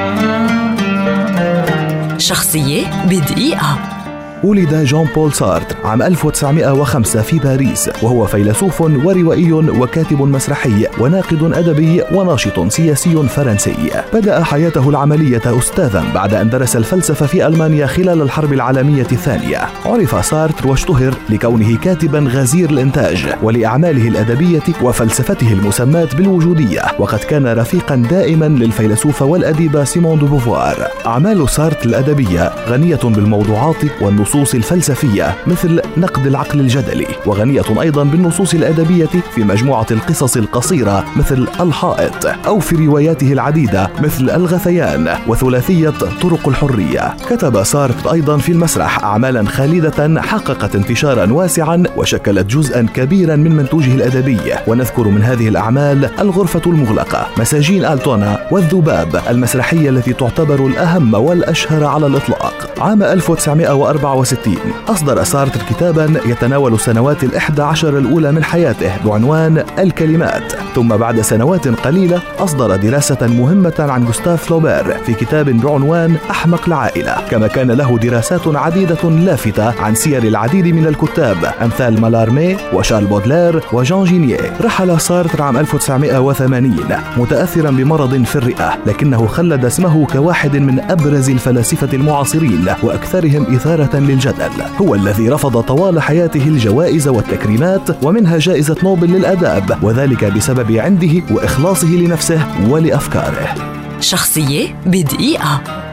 شخصية بدقيقة. ولد جان بول سارتر عام 1905 في باريس، وهو فيلسوف وروائي وكاتب مسرحي وناقد أدبي وناشط سياسي فرنسي. بدأ حياته العملية أستاذا بعد أن درس الفلسفة في ألمانيا خلال الحرب العالمية الثانية. عرف سارتر واشتهر لكونه كاتبا غزير الإنتاج ولأعماله الأدبية وفلسفته المسماة بالوجودية، وقد كان رفيقا دائما للفيلسوف والأديب سيمون دو بوفوار. أعمال سارتر الأدبية غنية بالموضوعات والنصوص الفلسفية مثل نقد العقل الجدلي، وغنية أيضا بالنصوص الأدبية في مجموعة القصص القصيرة مثل الحائط، أو في رواياته العديدة مثل الغثيان وثلاثية طرق الحرية. كتب سارتر أيضا في المسرح أعمالا خالدة حققت انتشارا واسعا وشكلت جزءا كبيرا من منتوجه الأدبي، ونذكر من هذه الأعمال الغرفة المغلقة، مساجين ألتونا، والذباب، المسرحية التي تعتبر الأهم والأشهر على الإطلاق. عام 1964 أصدر سارتر كتابا يتناول سنوات 11 الأولى من حياته بعنوان الكلمات، ثم بعد سنوات قليلة أصدر دراسة مهمة عن غوستاف فلوبير في كتاب بعنوان أحمق العائلة. كما كان له دراسات عديدة لافتة عن سير العديد من الكتاب أمثال مالارمي وشارل بودلير وجان جينيه. رحل سارتر عام 1980 متأثرا بمرض في الرئة، لكنه خلد اسمه كواحد من أبرز الفلاسفة المعاصرين وأكثرهم إثارة للجدل. هو الذي رفض طوال حياته الجوائز والتكريمات، ومنها جائزة نوبل للآداب، وذلك بسبب عنده وإخلاصه لنفسه ولأفكاره. شخصية بدقيقة.